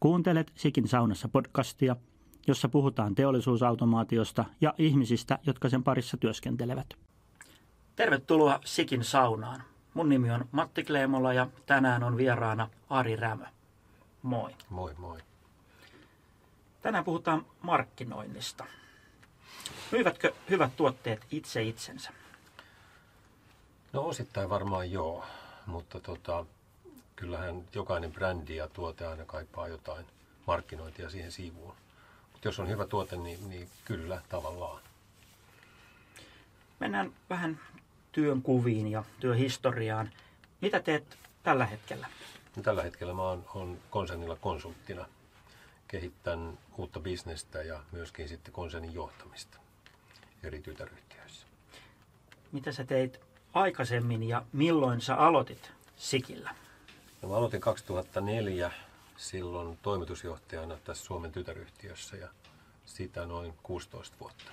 Kuuntelet Sikin saunassa podcastia, jossa puhutaan teollisuusautomaatiosta ja ihmisistä, jotka sen parissa työskentelevät. Tervetuloa Sikin saunaan. Mun nimi on Matti Kleemola ja tänään on vieraana Ari Rämö. Moi. Moi moi. Tänään puhutaan markkinoinnista. Myyvätkö hyvät tuotteet itse itsensä? No osittain varmaan joo, mutta kyllähän jokainen brändi ja tuote aina kaipaa jotain markkinointia siihen siivuun. Mutta jos on hyvä tuote, niin kyllä tavallaan. Mennään vähän työn kuviin ja työhistoriaan. Mitä teet tällä hetkellä? No, tällä hetkellä mä oon konsernilla konsulttina. Kehitän uutta bisnestä ja myöskin sitten konsernin johtamista eri tytäryhtiöissä. Mitä sä teit aikaisemmin ja milloin sä aloitit Sikillä? No, mä aloitin 2004 silloin toimitusjohtajana tässä Suomen tytäryhtiössä ja sitä noin 16 vuotta.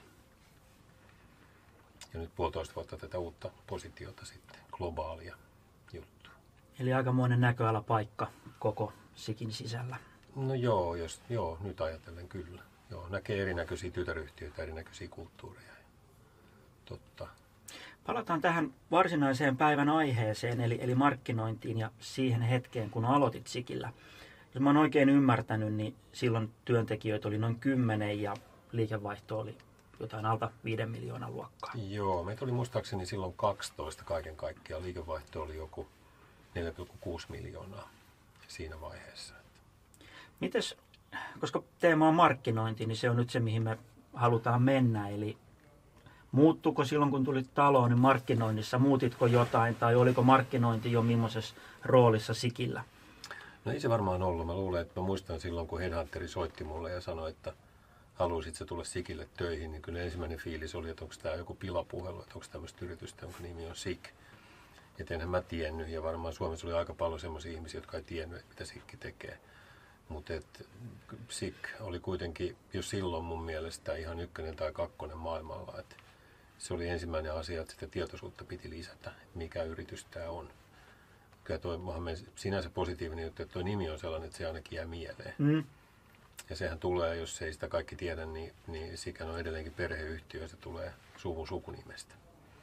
Ja nyt 1,5 vuotta tätä uutta positiota sitten, globaalia juttua. Eli aikamoinen näköalapaikka koko Sikin sisällä. No joo, nyt ajatellen kyllä. Joo, näkee erinäköisiä tytäryhtiöitä, erinäköisiä kulttuureja. Totta. Palataan tähän varsinaiseen päivän aiheeseen, eli markkinointiin ja siihen hetkeen, kun aloitit Sikillä. Jos mä oon oikein ymmärtänyt, niin silloin työntekijöitä oli noin 10 ja liikevaihto oli jotain alta 5 miljoonan luokkaa. Joo, meitä oli muistaakseni silloin 12 kaiken kaikkiaan. Liikevaihto oli joku 4,6 miljoonaa siinä vaiheessa. Mites, koska teema on markkinointi, niin se on nyt se, mihin me halutaan mennä. Eli muuttuiko silloin, kun tulit taloon, niin markkinoinnissa, muutitko jotain tai oliko markkinointi jo millaisessa roolissa Sikillä? No ei se varmaan ollut. Mä luulen, että mä muistan silloin, kun headhunteri soitti mulle ja sanoi, että haluaisit sä tulla Sikille töihin, niin kyllä ensimmäinen fiilis oli, että onko tämä joku pilapuhelu, että onko tämmöistä yritystä, jonka nimi on Sik. Et enhän mä tiennyt, ja varmaan Suomessa oli aika paljon semmoisia ihmisiä, jotka ei tiennyt, että mitä Sikki tekee. Mutta Sik oli kuitenkin jo silloin mun mielestä ihan 1 tai 2 maailmalla. Et se oli ensimmäinen asia, että sitä tietoisuutta piti lisätä, että mikä yritys tämä on. Kyllä toi sinänsä positiivinen juttu, että tuo nimi on sellainen, että se ainakin jää mieleen. Mm. Ja sehän tulee, jos ei sitä kaikki tiedä, niin Sikä on edelleenkin perheyhtiö ja se tulee suvun sukunimestä.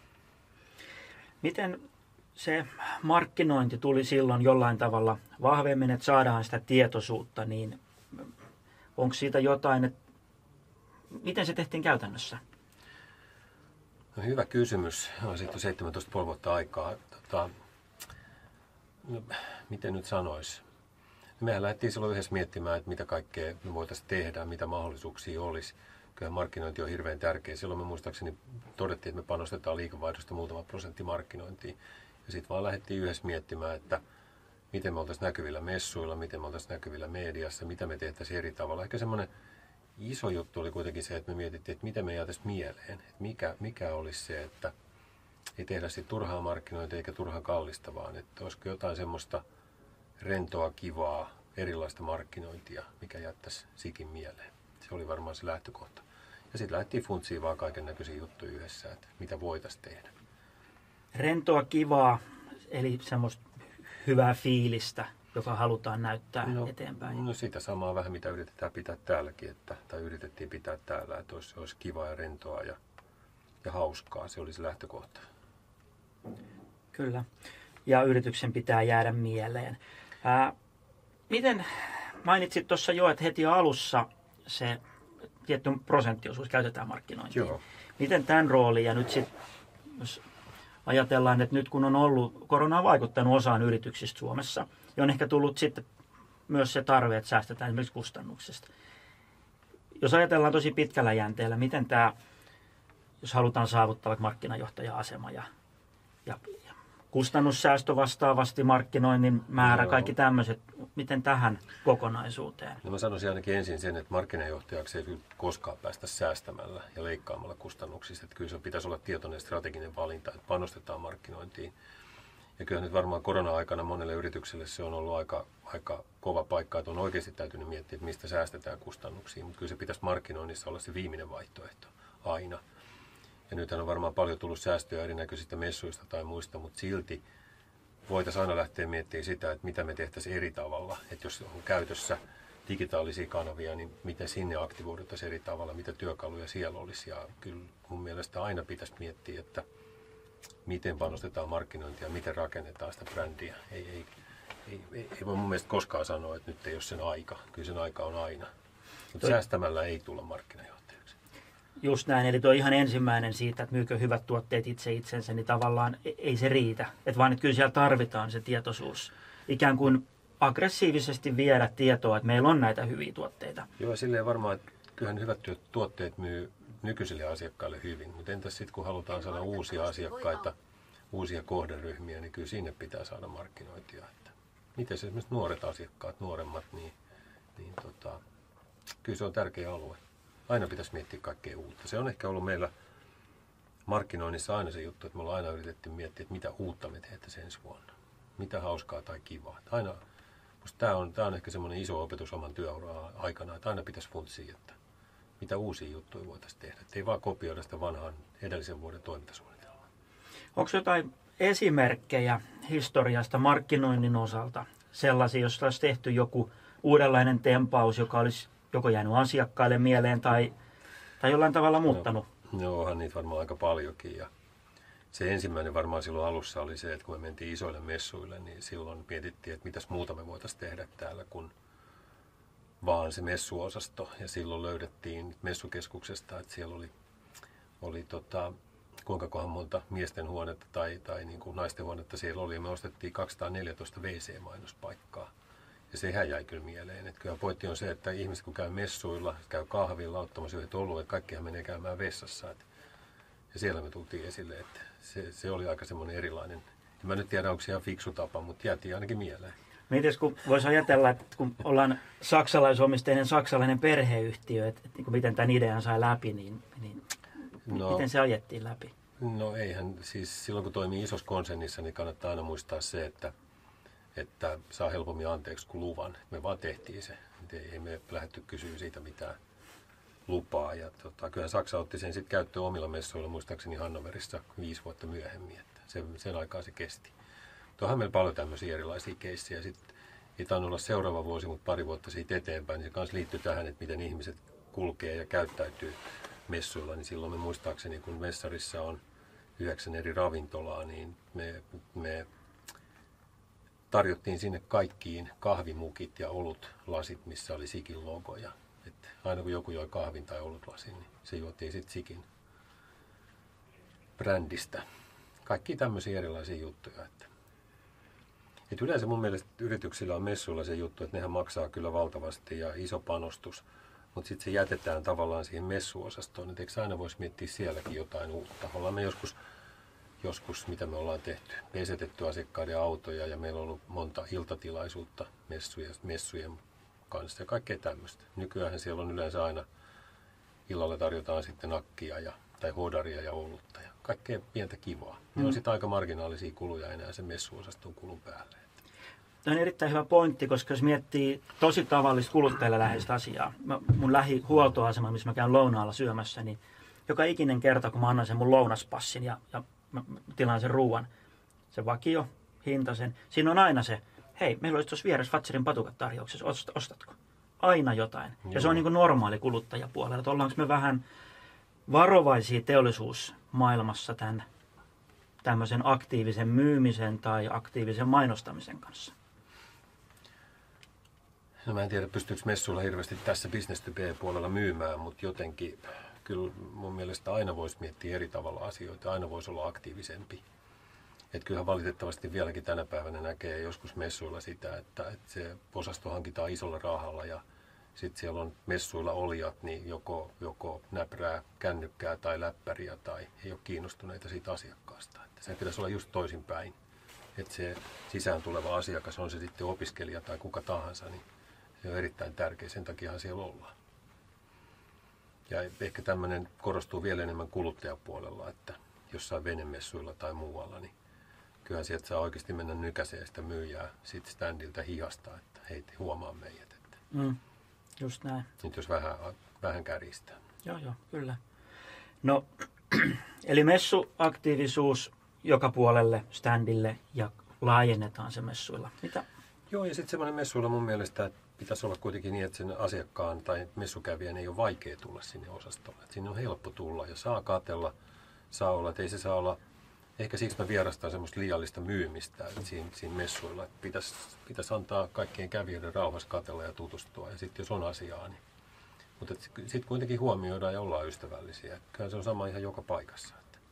Miten se markkinointi tuli silloin jollain tavalla vahvemmin, että saadaan sitä tietoisuutta, niin onko siitä jotain, että miten se tehtiin käytännössä? No, hyvä kysymys. On sitten 17,5 vuotta aikaa. Miten nyt sanoisi? Mehän lähdettiin silloin yhdessä miettimään, että mitä kaikkea me voitaisiin tehdä, mitä mahdollisuuksia olisi. Kyllä markkinointi on hirveän tärkeä. Silloin me muistaakseni todettiin, että me panostetaan liikevaihdosta muutama prosentti markkinointiin. Ja sitten vaan lähdettiin yhdessä miettimään, että miten me oltaisiin näkyvillä messuilla, miten me oltaisiin näkyvillä mediassa, mitä me tehtäisiin eri tavalla. Ehkä semmoinen iso juttu oli kuitenkin se, että me mietittiin, että miten me jäätäisiin mieleen. Että mikä olisi se, että ei tehdä sitten turhaa markkinointia eikä turhaa kallista, vaan että olisiko jotain semmoista rentoa, kivaa, erilaista markkinointia, mikä jättäisi Sikin mieleen. Se oli varmaan se lähtökohta. Ja sitten lähdettiin funtsiin vaan kaiken näköisiä juttuja yhdessä, että mitä voitaisiin tehdä. Rentoa, kivaa, eli semmoista hyvää fiilistä, joka halutaan näyttää eteenpäin. No sitä samaa vähän, mitä yritetään pitää täälläkin, tai yritettiin pitää täällä, että olisi kivaa ja rentoa ja hauskaa. Se oli se lähtökohta. Kyllä. Ja yrityksen pitää jäädä mieleen. Miten mainitsit tuossa jo, että heti alussa se tietty prosenttiosuus käytetään markkinointiin. Joo. Miten tämän rooli ja nyt sitten, jos ajatellaan, että nyt kun on ollut, korona on vaikuttanut osaan yrityksistä Suomessa, ja on ehkä tullut sitten myös se tarve, että säästetään esimerkiksi kustannuksista. Jos ajatellaan tosi pitkällä jänteellä, miten tämä, jos halutaan saavuttaa markkinajohtaja-asema ja kustannussäästö vastaavasti, markkinoinnin määrä, kaikki tämmöiset, miten tähän kokonaisuuteen? No mä sanoisin ainakin ensin sen, että markkinajohtajaksi ei kyllä koskaan päästä säästämällä ja leikkaamalla kustannuksista. Että kyllä se pitäisi olla tietoinen strateginen valinta, että panostetaan markkinointiin. Ja kyllä nyt varmaan korona-aikana monelle yritykselle se on ollut aika kova paikka, että on oikeasti täytynyt miettiä, että mistä säästetään kustannuksia. Mutta kyllä se pitäisi markkinoinnissa olla se viimeinen vaihtoehto aina. Ja nythän on varmaan paljon tullut säästöjä erinäköisistä messuista tai muista, mutta silti voitaisiin aina lähteä miettimään sitä, että mitä me tehtäisiin eri tavalla. Että jos on käytössä digitaalisia kanavia, niin miten sinne aktivoiduttaisiin eri tavalla, mitä työkaluja siellä olisi. Ja kyllä mun mielestä aina pitäisi miettiä, että miten panostetaan markkinointia, miten rakennetaan sitä brändiä. Ei voi mun mielestä koskaan sanoa, että nyt ei ole sen aika. Kyllä sen aika on aina. Mutta säästämällä ei tulla markkinajohtajaksi. Just näin, eli tuo ihan ensimmäinen siitä, että myykö hyvät tuotteet itse itsensä, niin tavallaan ei se riitä. Että vaan, että kyllä siellä tarvitaan se tietoisuus. Ikään kuin aggressiivisesti viedä tietoa, että meillä on näitä hyviä tuotteita. Joo, silleen varmaan, että kyllähän hyvät tuotteet myy nykyisille asiakkaille hyvin. Mutta entäs sitten, kun halutaan saada uusia asiakkaita, uusia kohderyhmiä, niin kyllä sinne pitää saada markkinointia. Että miten esimerkiksi nuoret asiakkaat, nuoremmat, niin kyllä se on tärkeä alue. Aina pitäisi miettiä kaikkea uutta. Se on ehkä ollut meillä markkinoinnissa aina se juttu, että me ollaan aina yritetty miettiä, että mitä uutta me tehdään ensi vuonna. Mitä hauskaa tai kivaa. Aina, musta tämä on ehkä semmoinen iso opetus oman työuran aikana, että aina pitäisi funtsia, että mitä uusia juttuja voitaisiin tehdä. Että ei vaan kopioida sitä vanhaan edellisen vuoden toimintasuunnitelmaa. Onko jotain esimerkkejä historiasta markkinoinnin osalta? Sellaisia, jos olisi tehty joku uudenlainen tempaus, joka olisi joko jäänyt asiakkaille mieleen tai jollain tavalla muuttanut? No, onhan niitä varmaan aika paljonkin. Ja se ensimmäinen varmaan silloin alussa oli se, että kun me mentiin isoille messuille, niin silloin mietittiin, että mitäs muuta me voitaisiin tehdä täällä kuin vaan se messuosasto. Ja silloin löydettiin messukeskuksesta, että siellä oli kuinkakohan monta miesten huonetta tai niin kuin naisten huonetta siellä oli. Ja me ostettiin 214 WC-mainospaikkaa. Ja sehän jäi kyllä mieleen. Että kyllä pointti on se, että ihmiset kun käy messuilla, käy kahvilla, ottamassa yhdet oluet, kaikkihan menee käymään vessassa. Ja siellä me tultiin esille, että se oli aika semmoinen erilainen. Mä nyt tiedä, onko se ihan fiksu tapa, mutta jäätiin ainakin mieleen. Mites kun voisi ajatella, että kun ollaan saksalaisomisteinen saksalainen perheyhtiö, että miten tämän idean sai läpi, niin miten se ajettiin läpi? No eihän, siis silloin kun toimii isossa konsernissa, niin kannattaa aina muistaa se, että saa helpommin anteeksi kuin luvan. Me vaan tehtiin se. Ei me lähdetty kysyä siitä mitään lupaa. Ja kyllähän Saksa otti sen sitten käyttöön omilla messuilla, muistaakseni Hannoverissa 5 vuotta myöhemmin. Että sen aikaa se kesti. Onhan meillä paljon tämmöisiä erilaisia keissejä. Sitten ei tainnut olla seuraava vuosi, mutta pari vuotta siitä eteenpäin. Niin se kanssa liittyy tähän, että miten ihmiset kulkee ja käyttäytyy messuilla. Niin silloin me muistaakseni, kun messarissa on 9 eri ravintolaa, niin me tarjottiin sinne kaikkiin kahvimukit ja olutlasit, missä oli Sikin logoja. Että aina kun joku joi kahvin tai olutlasin, niin se juotiin sitten Sikin brändistä. Kaikki tämmöisiä erilaisia juttuja. Että yleensä mun mielestä yrityksillä on messuilla se juttu, että nehän maksaa kyllä valtavasti ja iso panostus. Mutta sitten se jätetään tavallaan siihen messuosastoon. Että eikö aina voisi miettiä sielläkin jotain uutta? Ollaan me joskus, mitä me ollaan tehty, pesetetty asiakkaiden autoja ja meillä on ollut monta iltatilaisuutta messujen kanssa ja kaikkea tämmöistä. Nykyään siellä on yleensä aina illalla tarjotaan sitten nakkia tai hodaria ja olutta ja kaikkea pientä kivaa. Ne on sitten aika marginaalisia kuluja enää sen messuosaston kulun päälle. Tämä on erittäin hyvä pointti, koska jos miettii tosi tavallista kuluttajille läheistä asiaa, mun lähihuoltoasema, missä mä käyn lounaalla syömässä, niin joka ikinen kerta, kun mä annan sen mun lounaspassin ja mä tilaan sen ruuan, se vakio, hintasen, siinä on aina se, hei, meillä olisi tuossa vieressä Fazerin patukat tarjouksessa, ostatko? Aina jotain. Joo. Ja se on niin kuin normaali kuluttajapuolella, että ollaanko me vähän varovaisia teollisuusmaailmassa tämän tämmöisen aktiivisen myymisen tai aktiivisen mainostamisen kanssa? No mä en tiedä, pystyykö messuilla hirveästi tässä business to puolella myymään, mutta jotenkin kyllä mun mielestä aina voisi miettiä eri tavalla asioita, aina voisi olla aktiivisempi. Että kyllähän valitettavasti vieläkin tänä päivänä näkee joskus messuilla sitä, että se osasto hankitaan isolla rahalla ja sitten siellä on messuilla olijat, niin joko näprää kännykkää tai läppäriä tai ei ole kiinnostuneita siitä asiakkaasta. Että se pitäisi olla just toisinpäin. Että se sisään tuleva asiakas, on se sitten opiskelija tai kuka tahansa, niin se on erittäin tärkeä, sen takiahan siellä ollaan. Ja ehkä tämmöinen korostuu vielä enemmän kuluttajapuolella, että jossain venemessuilla tai muualla, niin kyllähän sieltä saa oikeasti mennä nykäiseen sitä myyjää siitä standilta hihasta, että hei, huomaa meidät. Että just näin. Nyt jos vähän kärjistää. Joo, kyllä. No, eli messuaktiivisuus joka puolelle standille ja laajennetaan se messuilla. Mitä? Joo, ja sitten semmoinen messuilla mun mielestä, että pitäisi olla kuitenkin niin, että sen asiakkaan tai messukävijän ei ole vaikea tulla sinne osastolle. Että sinne on helppo tulla ja saa katsella, saa olla, että ei se saa olla. Ehkä siksi mä vierastan semmoista liiallista myymistä että siinä messuilla. Että pitäisi antaa kaikkien kävijöiden rauhassa katsella ja tutustua. Ja sitten jos on asiaa, niin. Mutta sitten kuitenkin huomioidaan ja ollaan ystävällisiä. Kyllä se on sama ihan joka paikassa.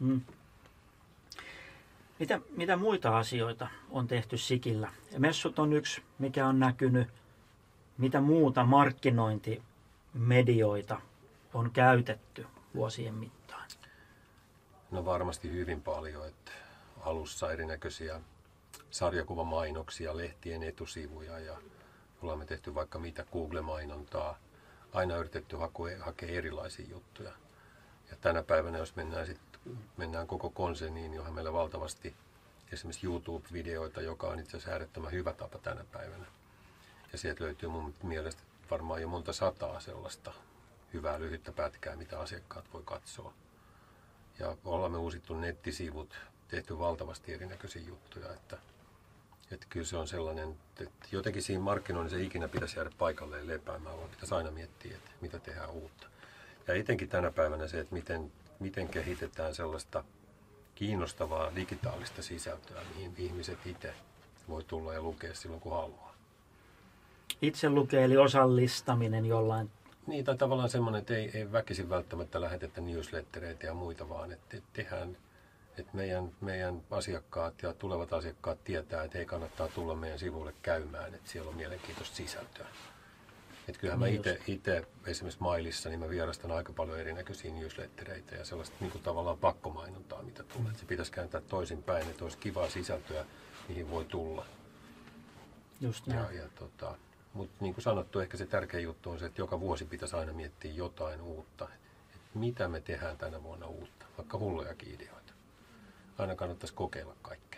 Mitä muita asioita on tehty Sikillä? Messut on yksi, mikä on näkynyt. Mitä muuta markkinointimedioita on käytetty vuosien mittaan? No varmasti hyvin paljon. Että alussa erinäköisiä sarjakuvamainoksia, lehtien etusivuja ja ollaan me tehty vaikka mitä Google-mainontaa. Aina yritetty hakea erilaisia juttuja. Ja tänä päivänä, jos mennään koko konserniin, niin onhan meillä valtavasti esimerkiksi YouTube-videoita, joka on itse asiassa äärettömän hyvä tapa tänä päivänä. Ja sieltä löytyy mun mielestä varmaan jo monta sataa sellaista hyvää lyhyttä pätkää, mitä asiakkaat voi katsoa. Ja ollaan me uusittu nettisivut, tehty valtavasti erinäköisiä juttuja, että kyllä se on sellainen, että jotenkin siinä markkinoinnissa ikinä pitäisi jäädä paikalleen lepäämään, vaan pitäisi aina miettiä, että mitä tehdään uutta. Ja etenkin tänä päivänä se, että miten kehitetään sellaista kiinnostavaa digitaalista sisältöä, mihin ihmiset itse voi tulla ja lukea silloin, kun haluaa. Itse lukee, eli osallistaminen jollain. Niin, tai tavallaan semmoinen, että ei väkisin välttämättä lähetetä newslettereitä ja muita, vaan että tehdään, että meidän asiakkaat ja tulevat asiakkaat tietää, että he kannattaa tulla meidän sivuille käymään, että siellä on mielenkiintoista sisältöä. Että kyllähän mä itse esimerkiksi Mailissa, niin mä vierastan aika paljon erinäköisiä newslettereitä ja sellaista niin kuin tavallaan pakkomainontaa, mitä tulee. Että se pitäisi kääntää toisinpäin, että olisi kivaa sisältöä, mihin voi tulla. Just näin. Mutta niin kuin sanottu, ehkä se tärkeä juttu on se, että joka vuosi pitäisi aina miettiä jotain uutta. Että mitä me tehdään tänä vuonna uutta, vaikka hullujakin ideoita. Aina kannattaisi kokeilla kaikkea.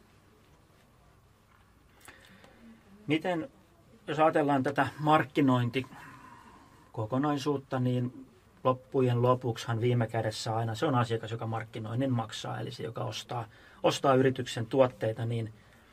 Miten, jos ajatellaan tätä markkinointikokonaisuutta, niin loppujen lopuksihan viime kädessä aina se on asiakas, joka markkinoinnin maksaa, eli se, joka ostaa yrityksen tuotteita, niin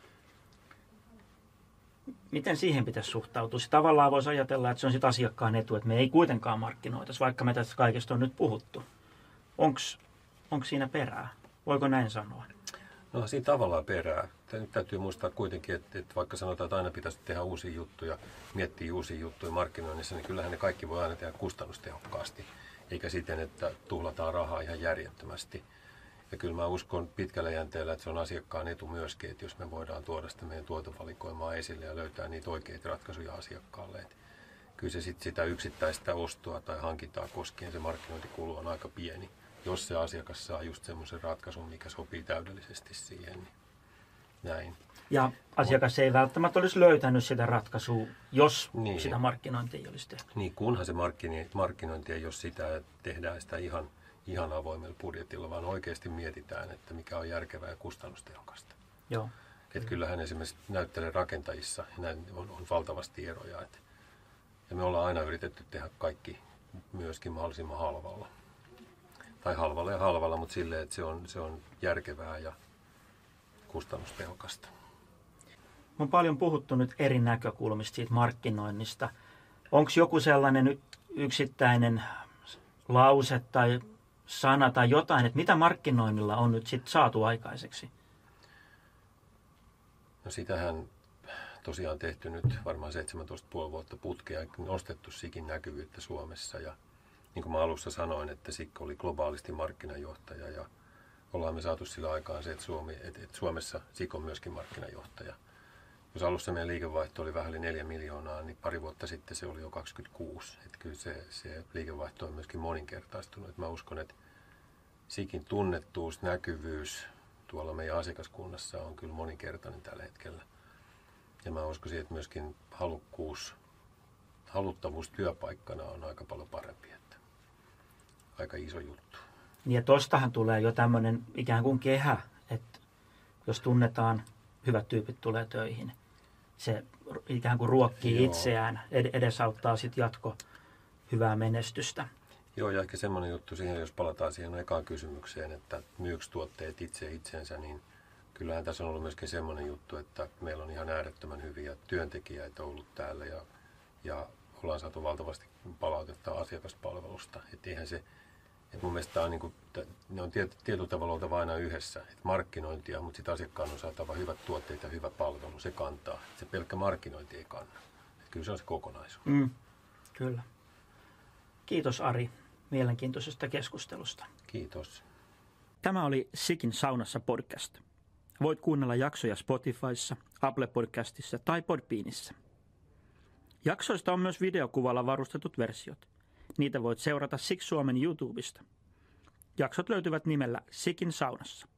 miten siihen pitäisi suhtautua? Se tavallaan voisi ajatella, että se on sitten asiakkaan etu, että me ei kuitenkaan markkinoitaisi, vaikka me tästä kaikesta on nyt puhuttu. Onko siinä perää? Voiko näin sanoa? No siinä tavallaan perää. Nyt täytyy muistaa kuitenkin, että vaikka sanotaan, että aina pitäisi tehdä uusia juttuja, miettiä uusia juttuja markkinoinnissa, niin kyllähän ne kaikki voi aina tehdä kustannustehokkaasti, eikä siten, että tuhlataan rahaa ihan järjettömästi. Ja kyllä mä uskon pitkällä jänteellä, että se on asiakkaan etu myöskin, että jos me voidaan tuoda sitä meidän tuotevalikoimaa esille ja löytää niitä oikeita ratkaisuja asiakkaalle. Että kyllä se sitten sitä yksittäistä ostoa tai hankintaa koskien se markkinointikulu on aika pieni. Jos se asiakas saa just semmoisen ratkaisun, mikä sopii täydellisesti siihen, niin näin. Ja asiakas ei välttämättä olisi löytänyt sitä ratkaisua, jos sitä markkinointia ei olisi tehty. Niin, kunhan se markkinointi ei ole sitä, että tehdään sitä ihan avoimella budjetilla, vaan oikeasti mietitään, että mikä on järkevää ja kustannustehokasta. Joo. Että kyllähän esimerkiksi näyttelijän rakentajissa on valtavasti eroja. Ja me ollaan aina yritetty tehdä kaikki myöskin mahdollisimman halvalla. Tai halvalla, mutta silleen, että se on järkevää ja kustannustehokasta. On paljon puhuttu nyt eri näkökulmista siitä markkinoinnista. Onko joku sellainen yksittäinen lause tai sana tai jotain, että mitä markkinoinnilla on nyt sitten saatu aikaiseksi? No sitähän tosiaan tehty nyt varmaan 17,5 vuotta putkea ja nostettu Sikin näkyvyyttä Suomessa. Ja niin kuin mä alussa sanoin, että SIK oli globaalisti markkinajohtaja ja ollaan me saatu sillä aikaan se, että Suomessa SIK on myöskin markkinajohtaja. Jos alussa meidän liikevaihto oli vähän yli 4 miljoonaa, niin pari vuotta sitten se oli jo 26. Että kyllä se liikevaihto on myöskin moninkertaistunut. Että mä uskon, että SIKin tunnettuus, näkyvyys tuolla meidän asiakaskunnassa on kyllä moninkertainen tällä hetkellä. Ja mä uskoisin, että myöskin haluttavuus työpaikkana on aika paljon parempi. Että aika iso juttu. Ja tostahan tulee jo tämmöinen ikään kuin kehä, että jos tunnetaan, hyvät tyypit tulee töihin. Se ikään kuin ruokkii itseään, edesauttaa sitten hyvää menestystä. Joo, ja ehkä semmoinen juttu siihen, jos palataan siihen ekaan kysymykseen, että myyks tuotteet itsensä, niin kyllähän tässä on ollut myöskin semmoinen juttu, että meillä on ihan äärettömän hyviä työntekijöitä ollut täällä ja ja ollaan saatu valtavasti palautetta asiakaspalvelusta. Että eihän se, että mun mielestä tämä on, niin kuin, ne on tietyllä tavalla oltava aina yhdessä. Että markkinointia, mutta sitten asiakkaan on saatava hyvät tuotteet ja hyvä palvelu, se kantaa. Että se pelkkä markkinointi ei kanna. Että kyllä se on se kokonaisuus. Kyllä. Kiitos Ari mielenkiintoisesta keskustelusta. Kiitos. Tämä oli Sikin saunassa podcast. Voit kuunnella jaksoja Spotifyssa, Apple Podcastissa tai Podbeanissa. Jaksoista on myös videokuvalla varustetut versiot. Niitä voit seurata Sik Suomen YouTubesta. Jaksot löytyvät nimellä Sikin saunassa.